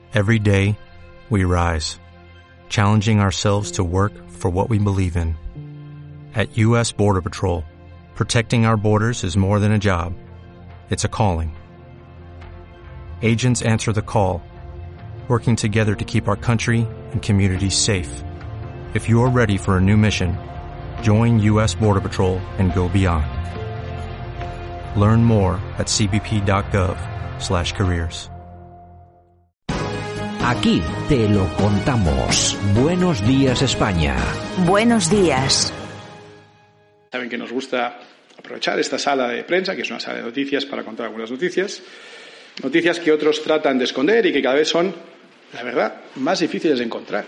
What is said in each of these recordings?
Every day, we rise, challenging ourselves to work for what we believe in. At U.S. Border Patrol, protecting our borders is more than a job. It's a calling. Agents answer the call, working together to keep our country and communities safe. If you're ready for a new mission, join U.S. Border Patrol and go beyond. Learn more at cbp.gov/careers. Aquí te lo contamos. Buenos días, España. Buenos días. Saben que nos gusta aprovechar esta sala de prensa, que es una sala de noticias, para contar algunas noticias. Noticias que otros tratan de esconder y que cada vez son, la verdad, más difíciles de encontrar.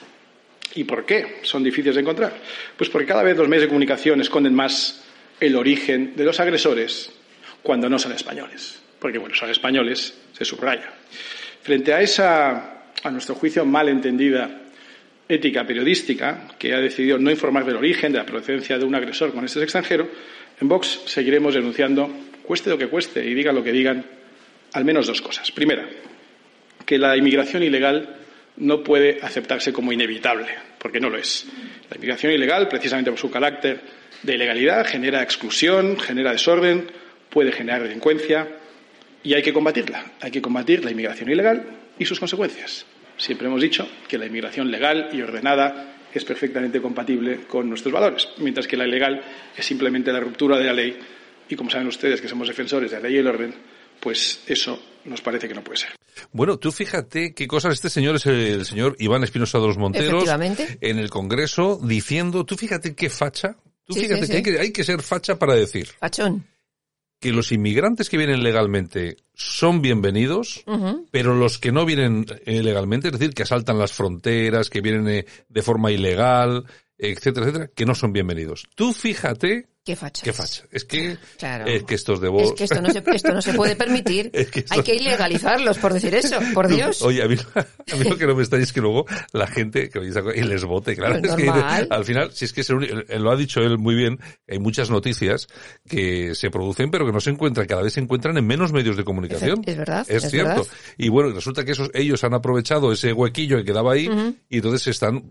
¿Y por qué son difíciles de encontrar? Pues porque cada vez los medios de comunicación esconden más el origen de los agresores cuando no son españoles. Porque, bueno, son españoles, se subraya. Frente a esa, a nuestro juicio, mal entendida ética periodística, que ha decidido no informar del origen, de la procedencia de un agresor con este extranjero, en Vox seguiremos denunciando, cueste lo que cueste y digan lo que digan, al menos dos cosas. Primera, que la inmigración ilegal no puede aceptarse como inevitable, porque no lo es. La inmigración ilegal, precisamente por su carácter de ilegalidad, genera exclusión, genera desorden, puede generar delincuencia y hay que combatirla. Hay que combatir la inmigración ilegal y sus consecuencias. Siempre hemos dicho que la inmigración legal y ordenada es perfectamente compatible con nuestros valores, mientras que la ilegal es simplemente la ruptura de la ley y, como saben ustedes que somos defensores de la ley y el orden, pues eso nos parece que no puede ser. Bueno, tú fíjate qué cosas este señor es el señor Iván Espinosa de los Monteros en el Congreso diciendo, tú fíjate qué facha, que hay que ser facha para decir. Fachón. Que los inmigrantes que vienen legalmente son bienvenidos, pero los que no vienen legalmente, es decir, que asaltan las fronteras, que vienen de forma ilegal, etcétera, etcétera, que no son bienvenidos. Tú fíjate... ¿Qué facha? ¿Qué facha? Es que, claro. Es que estos de vos... Es que esto no se puede permitir. Hay que ilegalizarlos por decir eso, por Dios. Oye, a mí lo que no me está es que luego la gente que y les vote, claro. Pues es que al final, si es que lo ha dicho él muy bien, hay muchas noticias que se producen pero que no se encuentran, cada vez se encuentran en menos medios de comunicación. Es verdad. Es cierto. Verdad. Y bueno, resulta que ellos han aprovechado ese huequillo que quedaba ahí y entonces se están...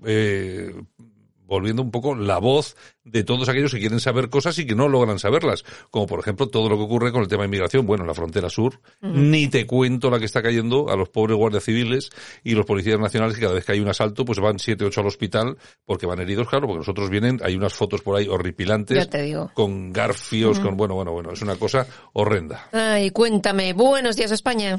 volviendo un poco la voz de todos aquellos que quieren saber cosas y que no logran saberlas. Como, por ejemplo, todo lo que ocurre con el tema de inmigración. Bueno, en la frontera sur, ni te cuento la que está cayendo a los pobres guardias civiles y los policías nacionales que cada vez que hay un asalto, pues van 7, 8 al hospital porque van heridos, claro, porque nosotros hay unas fotos por ahí horripilantes. Ya te digo. Con garfios, con bueno, es una cosa horrenda. Ay, cuéntame. Buenos días, España.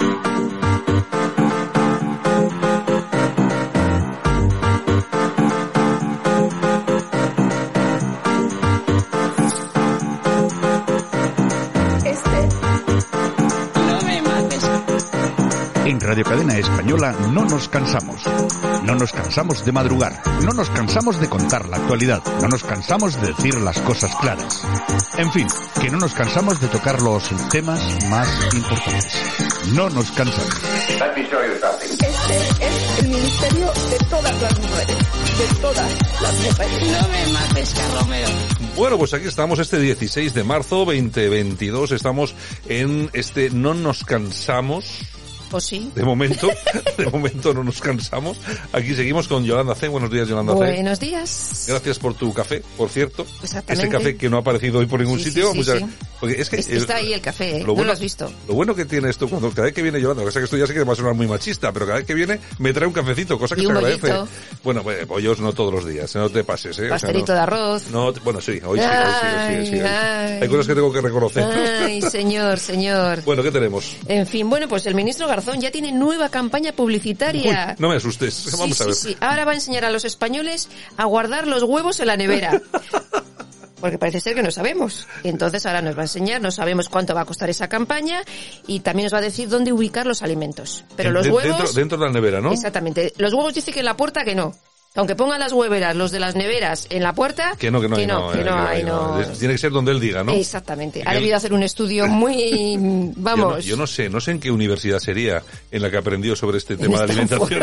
En Radio Cadena Española no nos cansamos. No nos cansamos de madrugar. No nos cansamos de contar la actualidad. No nos cansamos de decir las cosas claras. En fin, que no nos cansamos de tocar los temas más importantes. No nos cansamos. Este es el ministerio de todas las mujeres. De todas las mujeres. No me mates, Carromero. Bueno, pues aquí estamos este 16 de marzo 2022. Estamos en este No nos cansamos. ¿O sí? De momento no nos cansamos. Aquí seguimos con Yolanda C. Buenos días, Yolanda C. Buenos días. Gracias por tu café, por cierto. Exactamente. Este café que no ha aparecido hoy por ningún sitio. Sí. Porque es que está ahí el café, no lo has visto. Lo bueno que tiene esto, cuando cada vez que viene Yolanda, lo que pasa es que esto ya sé que va a sonar muy machista, pero cada vez que viene me trae un cafecito, cosa que se agradece. Bollito. Bueno, bollos no todos los días, no te pases, Pastelito de arroz. No, bueno, sí, hoy sí. Hay cosas que tengo que reconocer. Ay, señor. Bueno, ¿qué tenemos? En fin, bueno, pues el ministro Garzón ya tiene nueva campaña publicitaria. Uy, no me asustes. Vamos a ver. Sí. Ahora va a enseñar a los españoles a guardar los huevos en la nevera. Porque parece ser que no sabemos. Entonces ahora nos va a enseñar, no sabemos cuánto va a costar esa campaña y también nos va a decir dónde ubicar los alimentos. Pero los huevos... Dentro de la nevera, ¿no? Exactamente. Los huevos dice que en la puerta que no. Aunque pongan las hueveras, los de las neveras en la puerta... Que no. Tiene que ser donde él diga, ¿no? Exactamente. Ha debido hacer un estudio muy... Vamos... Yo no sé en qué universidad sería en la que aprendió sobre este tema de alimentación.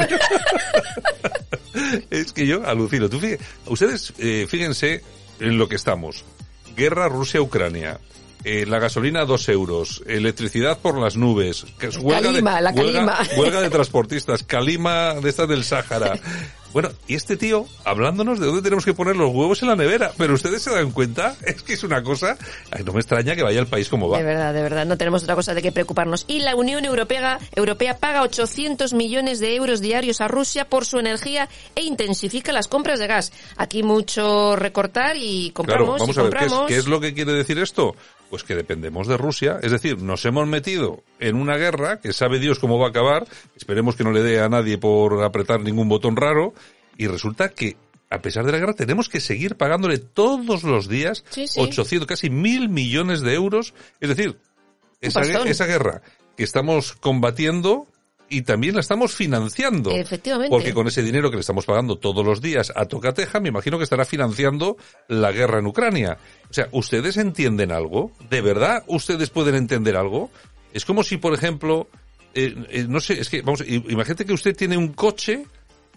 Es que yo alucino. Ustedes fíjense en lo que estamos. Guerra Rusia-Ucrania. la gasolina 2 euros, electricidad por las nubes, Calima. Huelga de transportistas, calima de estas del Sáhara. Bueno, y este tío hablándonos de dónde tenemos que poner los huevos en la nevera, pero ustedes se dan cuenta, es que es una cosa, no me extraña que vaya el país como va. De verdad, no tenemos otra cosa de qué preocuparnos. Y la Unión Europea paga 800 millones de euros diarios a Rusia por su energía e intensifica las compras de gas. Aquí mucho recortar y compramos. Claro, vamos a ver, ¿qué es lo que quiere decir esto? Pues que dependemos de Rusia, es decir, nos hemos metido en una guerra que sabe Dios cómo va a acabar, esperemos que no le dé a nadie por apretar ningún botón raro, y resulta que a pesar de la guerra tenemos que seguir pagándole todos los días 800, casi 1.000 millones de euros, es decir, esa guerra que estamos combatiendo y también la estamos financiando. Efectivamente. Porque con ese dinero que le estamos pagando todos los días a tocateja, me imagino que estará financiando la guerra en Ucrania. O sea, ¿ustedes entienden algo? ¿De verdad ustedes pueden entender algo? Es como si, por ejemplo, no sé, es que, imagínate que usted tiene un coche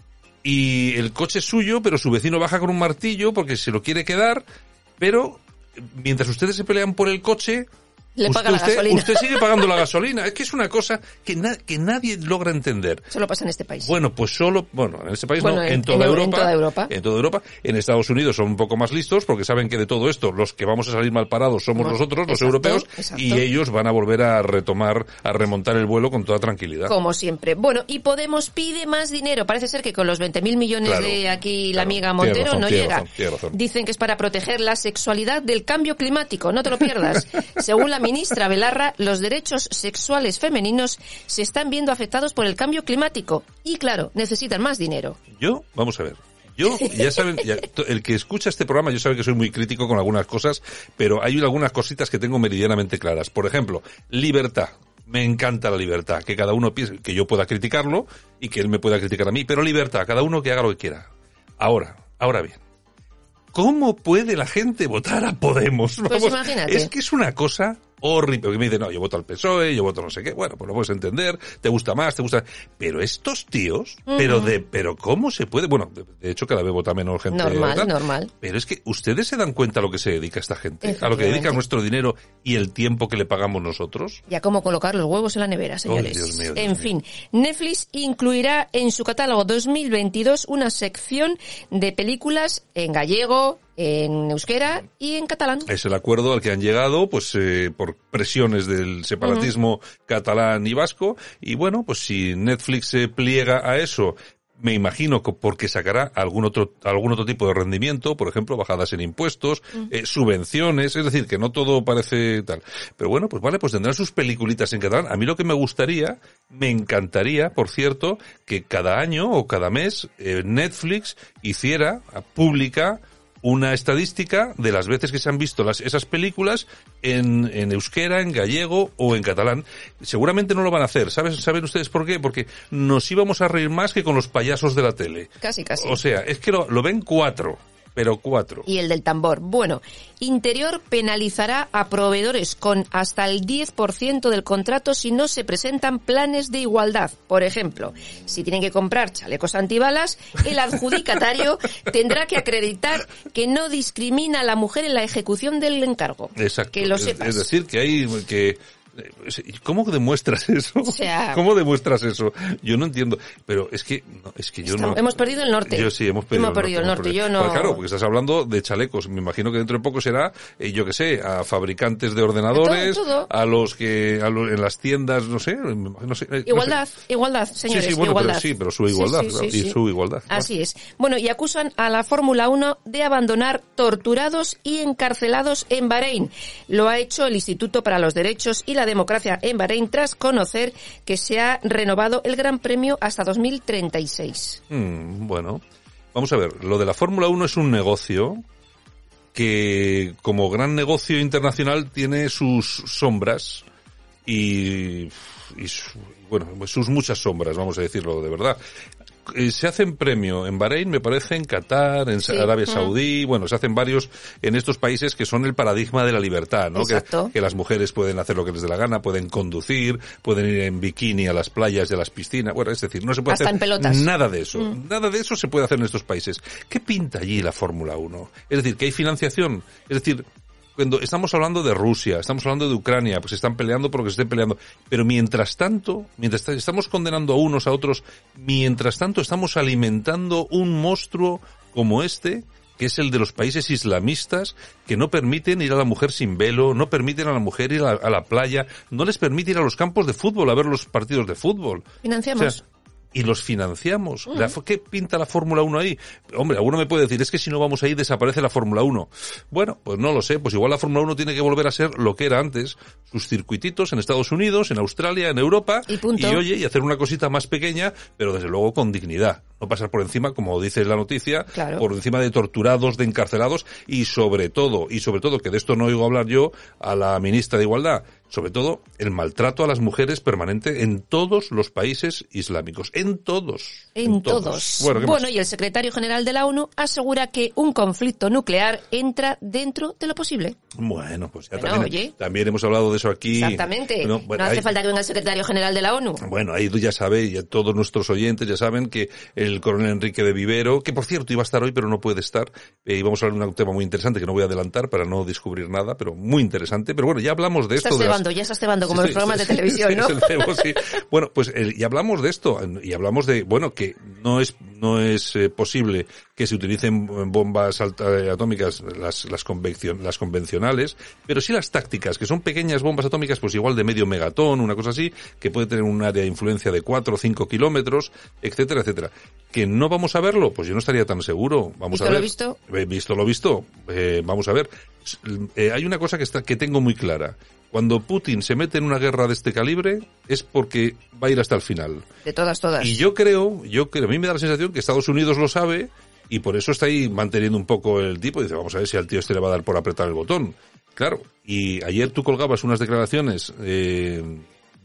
y el coche es suyo, pero su vecino baja con un martillo porque se lo quiere quedar, pero mientras ustedes se pelean por el coche, le paga la gasolina. Usted sigue pagando la gasolina. Es que es una cosa que nadie logra entender. Solo pasa en este país. Bueno, pues en este país no, en toda Europa. En toda Europa. En Estados Unidos son un poco más listos porque saben que de todo esto los que vamos a salir mal parados somos nosotros, los europeos, y ellos van a volver a remontar el vuelo con toda tranquilidad. Como siempre. Bueno, y Podemos pide más dinero. Parece ser que con los 20.000 millones de aquí la amiga Montero no llega. Tiene razón. Dicen que es para proteger la sexualidad del cambio climático. No te lo pierdas. Según la ministra Belarra, los derechos sexuales femeninos se están viendo afectados por el cambio climático y, claro, necesitan más dinero. Vamos a ver. Ya saben, el que escucha este programa, yo sabe que soy muy crítico con algunas cosas, pero hay algunas cositas que tengo meridianamente claras. Por ejemplo, libertad. Me encanta la libertad, que cada uno piense, que yo pueda criticarlo y que él me pueda criticar a mí, pero libertad, cada uno que haga lo que quiera. Ahora bien. ¿Cómo puede la gente votar a Podemos? Pues imagínate. Es que es una cosa horrible. Porque me dicen, no, yo voto al PSOE, yo voto no sé qué. Bueno, pues lo puedes entender, te gusta más, te gusta... Pero estos tíos, pero ¿cómo se puede? Bueno, de hecho cada vez vota menos gente. Normal. Pero es que ustedes se dan cuenta a lo que se dedica esta gente, a lo que dedica nuestro dinero y el tiempo que le pagamos nosotros. Y a cómo colocar los huevos en la nevera, señores. Oh, Dios mío, en fin, Netflix incluirá en su catálogo 2022 una sección de películas en gallego, en euskera y en catalán. Es el acuerdo al que han llegado, pues, por presiones del separatismo catalán y vasco. Y bueno, pues si Netflix se pliega a eso, me imagino que porque sacará algún otro tipo de rendimiento, por ejemplo, bajadas en impuestos, subvenciones, es decir, que no todo parece tal. Pero bueno, pues vale, pues tendrán sus peliculitas en catalán. A mí lo que me encantaría, por cierto, que cada año o cada mes Netflix hiciera pública una estadística de las veces que se han visto esas películas en euskera, en gallego o en catalán. Seguramente no lo van a hacer. ¿Saben ustedes por qué? Porque nos íbamos a reír más que con los payasos de la tele. Casi. O sea, es que lo ven 4. Pero 4. Y el del tambor. Bueno, Interior penalizará a proveedores con hasta el 10% del contrato si no se presentan planes de igualdad. Por ejemplo, si tienen que comprar chalecos antibalas, el adjudicatario tendrá que acreditar que no discrimina a la mujer en la ejecución del encargo. Exacto. Que lo sepas. Es decir, que hay que... ¿Cómo demuestras eso? O sea, ¿cómo demuestras eso? Yo no entiendo. Pero es que yo no... Hemos perdido el norte. Yo sí, hemos perdido el norte. Yo no... Pues claro, porque estás hablando de chalecos. Me imagino que dentro de poco será, yo qué sé, a fabricantes de ordenadores, todo. a los que en las tiendas, no sé. Igualdad, señores. Sí, bueno, igualdad. Pero su igualdad. Sí. Su igualdad. Así es. Bueno, y acusan a la Fórmula 1 de abandonar torturados y encarcelados en Bahrein. Lo ha hecho el Instituto para los Derechos y la Democracia en Bahrein tras conocer que se ha renovado el Gran Premio hasta 2036. Bueno, vamos a ver. Lo de la Fórmula 1 es un negocio que, como gran negocio internacional, tiene sus sombras y sus muchas sombras, vamos a decirlo de verdad. Se hacen premio en Bahrein, me parece, en Qatar, en Arabia Saudí, se hacen varios en estos países que son el paradigma de la libertad, ¿no? Que las mujeres pueden hacer lo que les dé la gana, pueden conducir, pueden ir en bikini a las playas y a las piscinas, es decir, no se puede hacer nada de eso. Nada de eso se puede hacer en estos países. ¿Qué pinta allí la Fórmula 1? Es decir, que hay financiación, es decir, cuando estamos hablando de Rusia, estamos hablando de Ucrania, pues están peleando por lo que se estén peleando. Pero mientras tanto, mientras estamos condenando a unos a otros, mientras tanto estamos alimentando un monstruo como este, que es el de los países islamistas, que no permiten ir a la mujer sin velo, no permiten a la mujer ir a la playa, no les permiten ir a los campos de fútbol a ver los partidos de fútbol. Financiamos. O sea, y los financiamos. ¿Qué pinta la Fórmula 1 ahí? Hombre, alguno me puede decir, es que si no vamos ahí desaparece la Fórmula 1. Bueno, pues no lo sé, pues igual la Fórmula 1 tiene que volver a ser lo que era antes, sus circuititos en Estados Unidos, en Australia, en Europa, y hacer una cosita más pequeña, pero desde luego con dignidad. No pasar por encima, como dice la noticia, claro, por encima de torturados, de encarcelados, y sobre todo, que de esto no oigo hablar yo, a la ministra de Igualdad, sobre todo el maltrato a las mujeres permanente en todos los países islámicos. En todos. En todos. Bueno, y el secretario general de la ONU asegura que un conflicto nuclear entra dentro de lo posible. Bueno, pues ya también hemos hablado de eso aquí. Exactamente. No hace falta que venga el secretario general de la ONU. Bueno, ahí tú ya sabes, y todos nuestros oyentes ya saben que el coronel Enrique de Vivero, que por cierto iba a estar hoy pero no puede estar, y vamos a hablar de un tema muy interesante que no voy a adelantar para no descubrir nada, pero muy interesante. Pero bueno, ya hablamos de esto. Ya estás cebando como los programas de televisión, ¿no? Es el cebo, sí. Bueno, pues y hablamos de esto, y hablamos de, bueno, que no es posible que se utilicen bombas atómicas, las convencionales, pero sí las tácticas, que son pequeñas bombas atómicas, pues igual de medio megatón, una cosa así, que puede tener un área de influencia de 4 o 5 kilómetros, etcétera, etcétera. ¿Que no vamos a verlo? Pues yo no estaría tan seguro. Vamos a ver. ¿Visto lo visto? Vamos a ver. Hay una cosa que tengo muy clara. Cuando Putin se mete en una guerra de este calibre es porque va a ir hasta el final. De todas. Y yo creo, a mí me da la sensación que Estados Unidos lo sabe y por eso está ahí manteniendo un poco el tipo. Dice, vamos a ver si al tío este le va a dar por apretar el botón. Claro, y ayer tú colgabas unas declaraciones de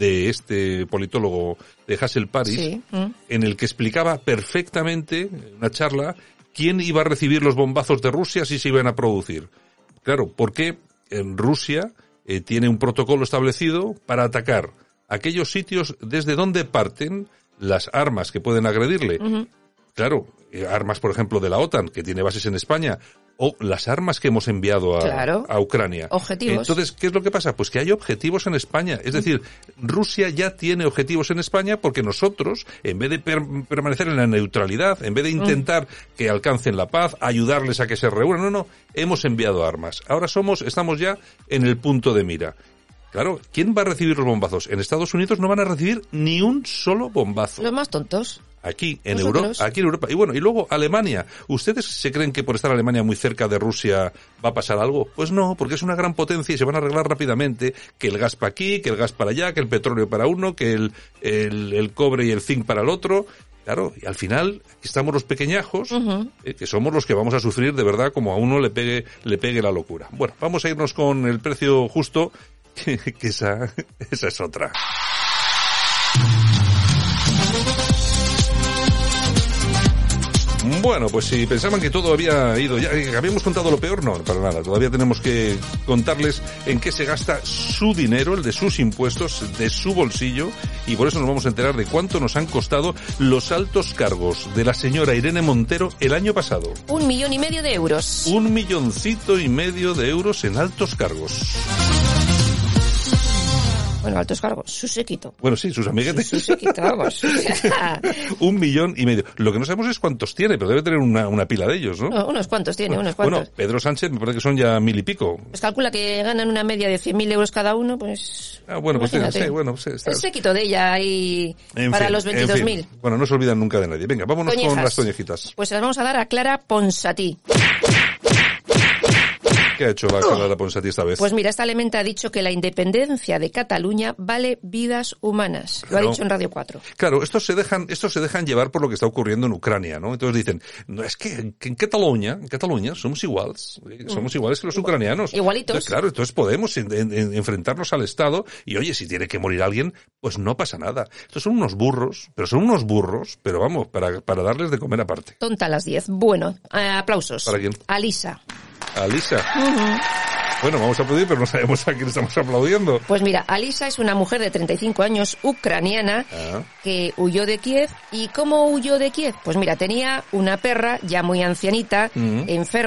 este politólogo de Hassel Paris, sí, en el que explicaba perfectamente, en una charla, quién iba a recibir los bombazos de Rusia si se iban a producir. Claro, porque en Rusia tiene un protocolo establecido para atacar aquellos sitios desde donde parten las armas que pueden agredirle. Claro, armas, por ejemplo, de la OTAN, que tiene bases en España, o las armas que hemos enviado a Ucrania. Objetivos. Entonces, ¿qué es lo que pasa? Pues que hay objetivos en España. Es decir, Rusia ya tiene objetivos en España porque nosotros, en vez de permanecer en la neutralidad, en vez de intentar que alcancen la paz, ayudarles a que se reúnan, no, hemos enviado armas. Ahora estamos ya en el punto de mira. Claro, ¿quién va a recibir los bombazos? En Estados Unidos no van a recibir ni un solo bombazo. Los más tontos. Aquí en Europa. Y bueno, y luego Alemania. ¿Ustedes se creen que por estar Alemania muy cerca de Rusia va a pasar algo? Pues no, porque es una gran potencia y se van a arreglar rápidamente. Que el gas para aquí, que el gas para allá, que el petróleo para uno, que el cobre y el zinc para el otro. Claro, y al final aquí estamos los pequeñajos, que somos los que vamos a sufrir de verdad como a uno le pegue la locura. Bueno, vamos a irnos con el precio justo, que esa es otra. Bueno, pues si pensaban que todo había ido ya, que habíamos contado lo peor, no, para nada. Todavía tenemos que contarles en qué se gasta su dinero, el de sus impuestos, de su bolsillo, y por eso nos vamos a enterar de cuánto nos han costado los altos cargos de la señora Irene Montero el año pasado. 1,5 millones de euros. 1,5 millones de euros en altos cargos. Bueno, altos cargos, su séquito. Bueno, sí, sus amiguetes. Su séquito, vamos. 1,5 millones. Lo que no sabemos es cuántos tiene, pero debe tener una pila de ellos, ¿no? No, unos cuantos tiene, unos cuantos. Bueno, Pedro Sánchez me parece que son ya 1,000 y pico. Pues calcula que ganan una media de 100.000 euros cada uno, pues... Bueno, imagínate. pues sí, bueno. Pues está. El séquito de ella ahí para los 22.000. Bueno, no se olvidan nunca de nadie. Venga, vámonos con las toñejitas. Pues se las vamos a dar a Clara Ponsatí. ¿Qué ha hecho la Clara Ponsatí esta vez? Pues mira, esta elementa ha dicho que la independencia de Cataluña vale vidas humanas. Lo ha dicho en Radio 4. Claro, estos se dejan llevar por lo que está ocurriendo en Ucrania, ¿no? Entonces dicen, no, es que en Cataluña somos iguales que los ucranianos. Igualitos. Entonces, claro, entonces podemos enfrentarnos al Estado y, oye, si tiene que morir alguien, pues no pasa nada. Estos son unos burros, pero vamos, para darles de comer aparte. Tonta a las 10. Bueno, aplausos. ¿Para quién? A Lisa. Alisa. Bueno, vamos a aplaudir, pero no sabemos a quién estamos aplaudiendo. Pues mira, Alisa es una mujer de 35 años ucraniana que huyó de Kiev. ¿Y cómo huyó de Kiev? Pues mira, tenía una perra ya muy ancianita, enferma,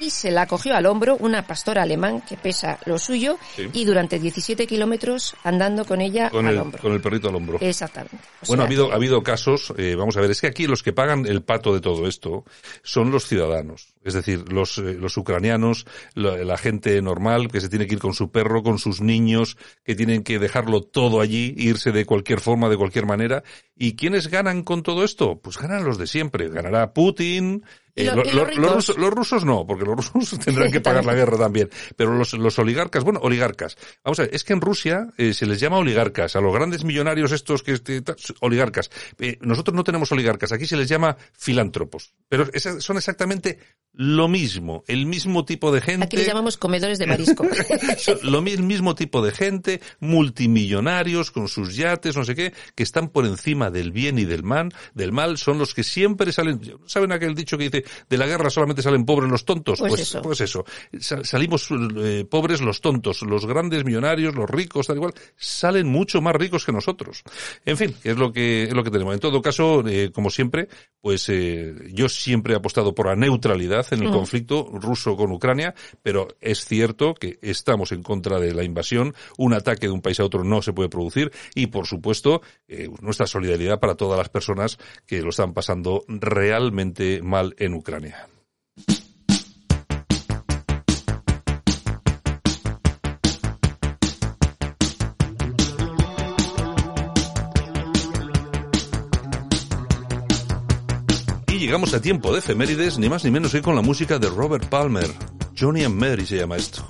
y se la cogió al hombro una pastora alemán que pesa lo suyo y durante 17 kilómetros andando con ella al hombro. Con el perrito al hombro. Exactamente. Bueno, ha habido casos, vamos a ver, es que aquí los que pagan el pato de todo esto son los ciudadanos. Es decir, los ucranianos, la gente normal que se tiene que ir con su perro, con sus niños, que tienen que dejarlo todo allí, irse de cualquier forma, de cualquier manera. ¿Y quiénes ganan con todo esto? Pues ganan los de siempre. Ganará Putin. Los rusos no, porque los rusos tendrán que pagar la guerra también. Pero los oligarcas, oligarcas. Vamos a ver, es que en Rusia se les llama oligarcas. A los grandes millonarios estos oligarcas. Nosotros no tenemos oligarcas, aquí se les llama filántropos. Pero son exactamente lo mismo, el mismo tipo de gente. Aquí les llamamos comedores de marisco. El mismo tipo de gente, multimillonarios, con sus yates, no sé qué, que están por encima del bien y del mal, son los que siempre salen. ¿Saben aquel dicho que dice, de la guerra solamente salen pobres los tontos? Pues eso. Salimos pobres los tontos, los grandes millonarios, los ricos, tal igual, salen mucho más ricos que nosotros. En fin, es lo que tenemos. En todo caso, como siempre, pues yo siempre he apostado por la neutralidad en el conflicto ruso con Ucrania, pero es cierto que estamos en contra de la invasión. Un ataque de un país a otro no se puede producir y, por supuesto, nuestra solidaridad para todas las personas que lo están pasando realmente mal en Ucrania. Llegamos a tiempo de efemérides, ni más ni menos que con la música de Robert Palmer. Johnny and Mary se llama esto.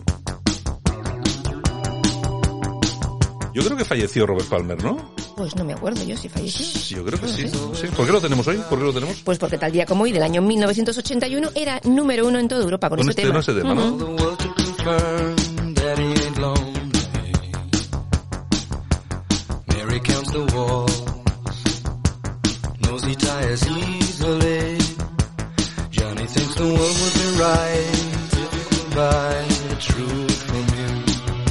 Yo creo que falleció Robert Palmer, ¿no? Pues no me acuerdo yo si falleció. Yo creo que sí. ¿Por qué lo tenemos hoy? Pues porque tal día como hoy, del año 1981, era número 1 en toda Europa con ese tema. Ese tema, ¿no? Johnny thinks the world would be right if we buy the truth from him.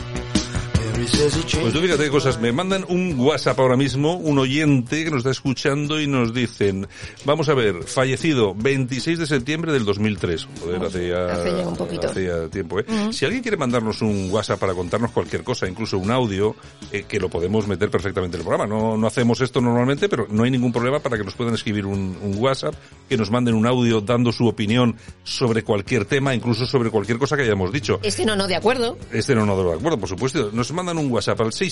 Pues tú fíjate qué cosas, me mandan un WhatsApp ahora mismo, un oyente que nos está escuchando y nos dicen, vamos a ver, fallecido 26 de septiembre del 2003. Joder, hace ya un poquito. Hace ya tiempo, ¿eh? Si alguien quiere mandarnos un WhatsApp para contarnos cualquier cosa, incluso un audio, que lo podemos meter perfectamente en el programa. No hacemos esto normalmente, pero no hay ningún problema para que nos puedan escribir un WhatsApp, que nos manden un audio dando su opinión sobre cualquier tema, incluso sobre cualquier cosa que hayamos dicho. No de acuerdo. No de acuerdo, por supuesto. Nos mandan un WhatsApp al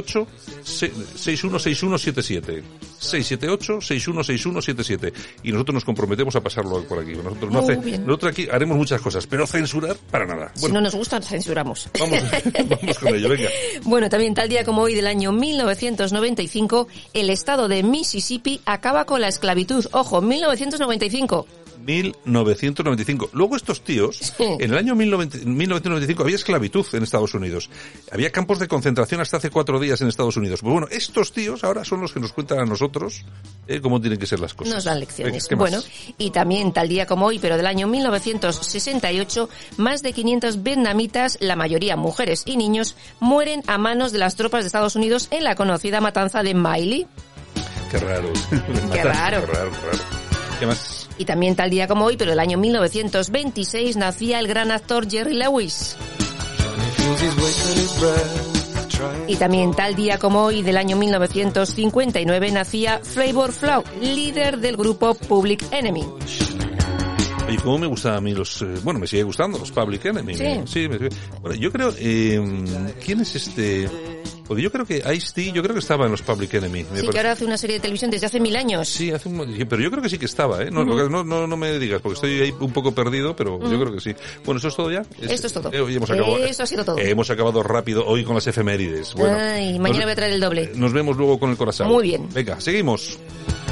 678-616177. 678-616177. Y nosotros nos comprometemos a pasarlo por aquí. Nosotros aquí haremos muchas cosas, pero censurar para nada. Bueno, si no nos gusta, censuramos. Vamos con ello, venga. Bueno, también tal día como hoy del año 1995, el estado de Mississippi acaba con la esclavitud. Ojo, 1995. 1995. Luego estos tíos, en el año 1995 había esclavitud en Estados Unidos. Había campos de concentración hasta hace 4 días en Estados Unidos. Pues bueno, estos tíos ahora son los que nos cuentan a nosotros cómo tienen que ser las cosas. Nos dan lecciones. Bueno, y también tal día como hoy, pero del año 1968, más de 500 vietnamitas, la mayoría mujeres y niños, mueren a manos de las tropas de Estados Unidos en la conocida matanza de Miley. Qué raro. Qué raro. ¿Qué más? Y también tal día como hoy, pero del año 1926, nacía el gran actor Jerry Lewis. Y también tal día como hoy, del año 1959, nacía Flavor Flav, líder del grupo Public Enemy. Y cómo me gustan a mí me sigue gustando los Public Enemy. Sí. Bueno, yo creo, ¿quién es este? Porque yo creo que Ice-T, estaba en los Public Enemy. Sí, que ahora hace una serie de televisión desde hace 1000 años. Sí, pero yo creo que sí que estaba, ¿eh? No me digas, porque estoy ahí un poco perdido, pero yo creo que sí. Bueno, ¿eso es todo ya? Esto es todo. Eso ha sido todo. Hemos acabado rápido hoy con las efemérides. Bueno, mañana voy a traer el doble. Nos vemos luego con el corazón. Muy bien. Venga, seguimos.